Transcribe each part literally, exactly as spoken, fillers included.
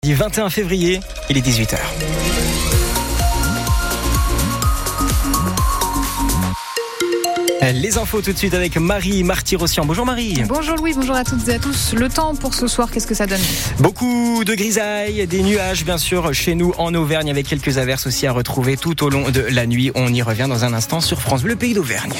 vingt et un février, il est dix-huit heures. Les infos tout de suite avec Marie Marty-Rossian. Bonjour Marie. Bonjour Louis, bonjour à toutes et à tous. Le temps pour ce soir, qu'est-ce que ça donne ? Beaucoup de grisailles, des nuages bien sûr chez nous en Auvergne avec quelques averses aussi à retrouver tout au long de la nuit. On y revient dans un instant sur France Bleu Pays d'Auvergne.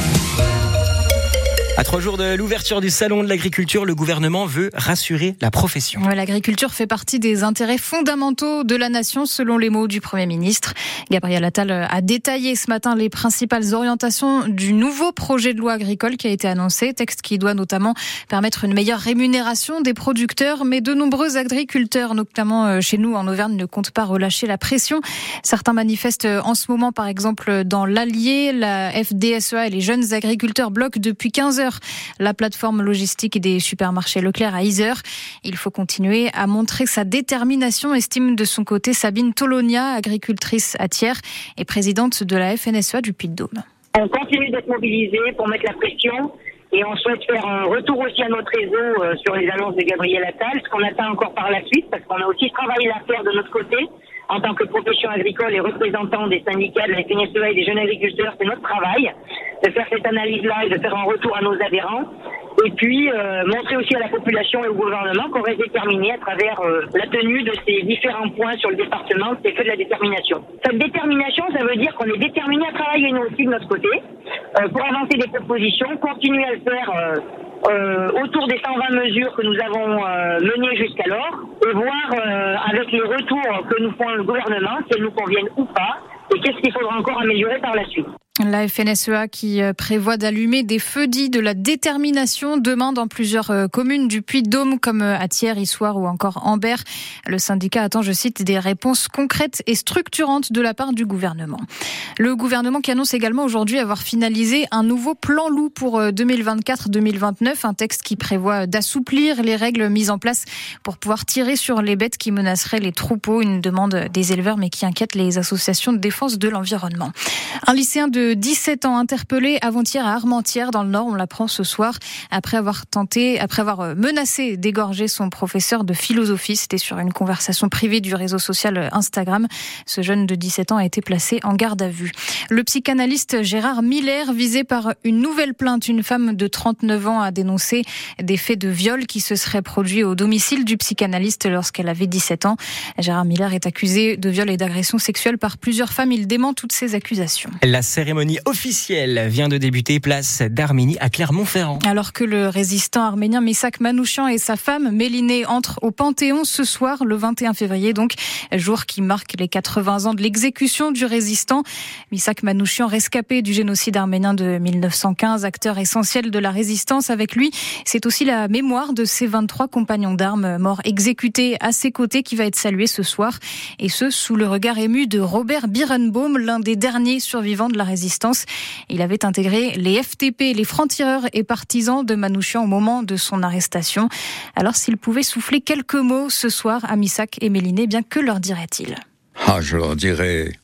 À trois jours de l'ouverture du salon de l'agriculture, le gouvernement veut rassurer la profession. L'agriculture fait partie des intérêts fondamentaux de la nation, selon les mots du Premier ministre. Gabriel Attal a détaillé ce matin les principales orientations du nouveau projet de loi agricole qui a été annoncé. Texte qui doit notamment permettre une meilleure rémunération des producteurs, mais de nombreux agriculteurs, notamment chez nous en Auvergne, ne comptent pas relâcher la pression. Certains manifestent en ce moment, par exemple, dans l'Allier. La F D S E A et les jeunes agriculteurs bloquent depuis quinze heures la plateforme logistique des supermarchés Leclerc à Yzeure. Il faut continuer à montrer sa détermination, estime de son côté Sabine Tolonia, agricultrice à Thiers et présidente de la F N S E A du Puy-de-Dôme. On continue d'être mobilisés pour mettre la pression et on souhaite faire un retour aussi à notre réseau sur les annonces de Gabriel Attal, ce qu'on attend encore par la suite parce qu'on a aussi travaillé l'affaire de notre côté. En tant que profession agricole et représentant des syndicats de la F N S E A et des jeunes agriculteurs, c'est notre travail de faire cette analyse-là et de faire un retour à nos adhérents. Et puis, euh, montrer aussi à la population et au gouvernement qu'on reste déterminé à travers euh, la tenue de ces différents points sur le département, c'est que de la détermination. Cette détermination, ça veut dire qu'on est déterminé à travailler nous aussi de notre côté euh, pour avancer des propositions, continuer à le faire euh, euh, autour des cent vingt mesures que nous avons euh, menées jusqu'alors et voir euh, avec les retours que nous font le gouvernement, si elles nous conviennent ou pas, et qu'est-ce qu'il faudra encore améliorer par la suite. La F N S E A qui prévoit d'allumer des feux dits de la détermination demain dans plusieurs communes du Puy-de-Dôme comme à Thiers, Issoire ou encore Ambert. Le syndicat attend, je cite, des réponses concrètes et structurantes de la part du gouvernement. Le gouvernement qui annonce également aujourd'hui avoir finalisé un nouveau plan loup pour deux mille vingt-quatre deux mille vingt-neuf, un texte qui prévoit d'assouplir les règles mises en place pour pouvoir tirer sur les bêtes qui menaceraient les troupeaux, une demande des éleveurs mais qui inquiète les associations de défense de l'environnement. Un lycéen de dix-sept ans interpellé avant-hier à Armentières dans le Nord, on l'apprend ce soir, après avoir tenté, après avoir menacé d'égorger son professeur de philosophie. C'était sur une conversation privée du réseau social Instagram. Ce jeune de dix-sept ans a été placé en garde à vue. Le psychanalyste Gérard Miller, visé par une nouvelle plainte, une femme de trente-neuf ans a dénoncé des faits de viol qui se seraient produits au domicile du psychanalyste lorsqu'elle avait dix-sept ans. Gérard Miller est accusé de viol et d'agression sexuelle par plusieurs femmes. Il dément toutes ces accusations. La cérémonie officielle vient de débuter place d'Arménie à Clermont-Ferrand. Alors que le résistant arménien Misak Manouchian et sa femme Mélinée entrent au Panthéon ce soir, le vingt et un février, donc jour qui marque les quatre-vingts ans de l'exécution du résistant. Misak Manouchian, rescapé du génocide arménien de mille neuf cent quinze, acteur essentiel de la résistance. Avec lui, c'est aussi la mémoire de ses vingt-trois compagnons d'armes morts exécutés à ses côtés qui va être saluée ce soir. Et ce, sous le regard ému de Robert Birenbaum, l'un des derniers survivants de la résistance. Il avait intégré les F T P, les francs-tireurs et partisans de Manouchian au moment de son arrestation. Alors s'il pouvait souffler quelques mots ce soir à Misak et Mélinée, bien que leur dirait-il ? Ah, je leur dirais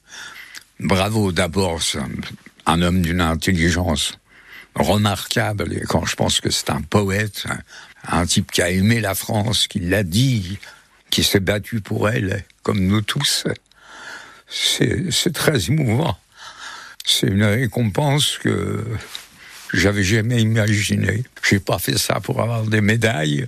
bravo d'abord, c'est un homme d'une intelligence remarquable. Et quand je pense que c'est un poète, un type qui a aimé la France, qui l'a dit, qui s'est battu pour elle, comme nous tous, c'est, c'est très émouvant. C'est une récompense que j'avais jamais imaginée. J'ai pas fait ça pour avoir des médailles.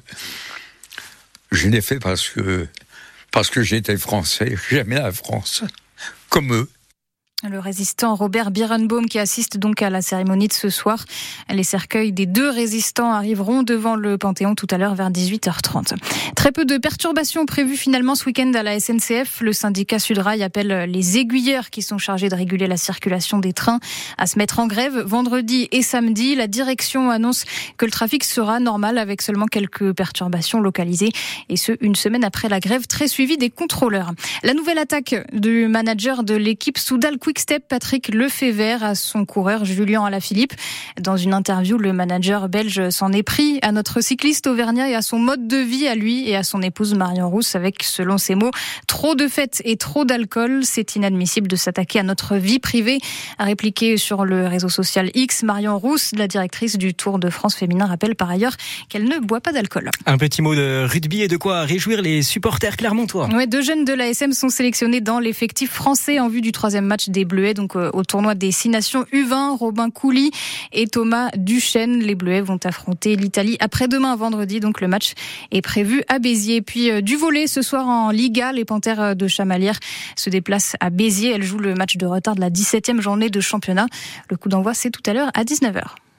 Je l'ai fait parce que, parce que j'étais français. J'aimais la France, comme eux. Le résistant Robert Birenbaum qui assiste donc à la cérémonie de ce soir. Les cercueils des deux résistants arriveront devant le Panthéon tout à l'heure vers dix-huit heures trente. Très peu de perturbations prévues finalement ce week-end à la S N C F. Le syndicat Sudrail appelle les aiguilleurs qui sont chargés de réguler la circulation des trains à se mettre en grève vendredi et samedi. La direction annonce que le trafic sera normal avec seulement quelques perturbations localisées et ce, une semaine après la grève très suivie des contrôleurs. La nouvelle attaque du manager de l'équipe Soudal Quick Quick-Step Patrick Lefebvre à son coureur Julien Alaphilippe. Dans une interview, le manager belge s'en est pris à notre cycliste auvergnat et à son mode de vie à lui et à son épouse Marion Rousse avec, selon ses mots, trop de fêtes et trop d'alcool. C'est inadmissible de s'attaquer à notre vie privée, a répliqué sur le réseau social X. Marion Rousse, la directrice du Tour de France féminin, rappelle par ailleurs qu'elle ne boit pas d'alcool. Un petit mot de rugby et de quoi réjouir les supporters clermontois. Ouais, deux jeunes de l'A S M sont sélectionnés dans l'effectif français en vue du troisième match des Bleuets, donc euh, au tournoi des Six Nations U vingt. Robin Coulis et Thomas Duchesne. Les Bleuets vont affronter l'Italie après-demain, vendredi. Donc le match est prévu à Béziers. Puis euh, du volley ce soir en Liga, les Panthères de Chamalières se déplacent à Béziers. Elles jouent le match de retard de la dix-septième journée de championnat. Le coup d'envoi, c'est tout à l'heure à dix-neuf heures.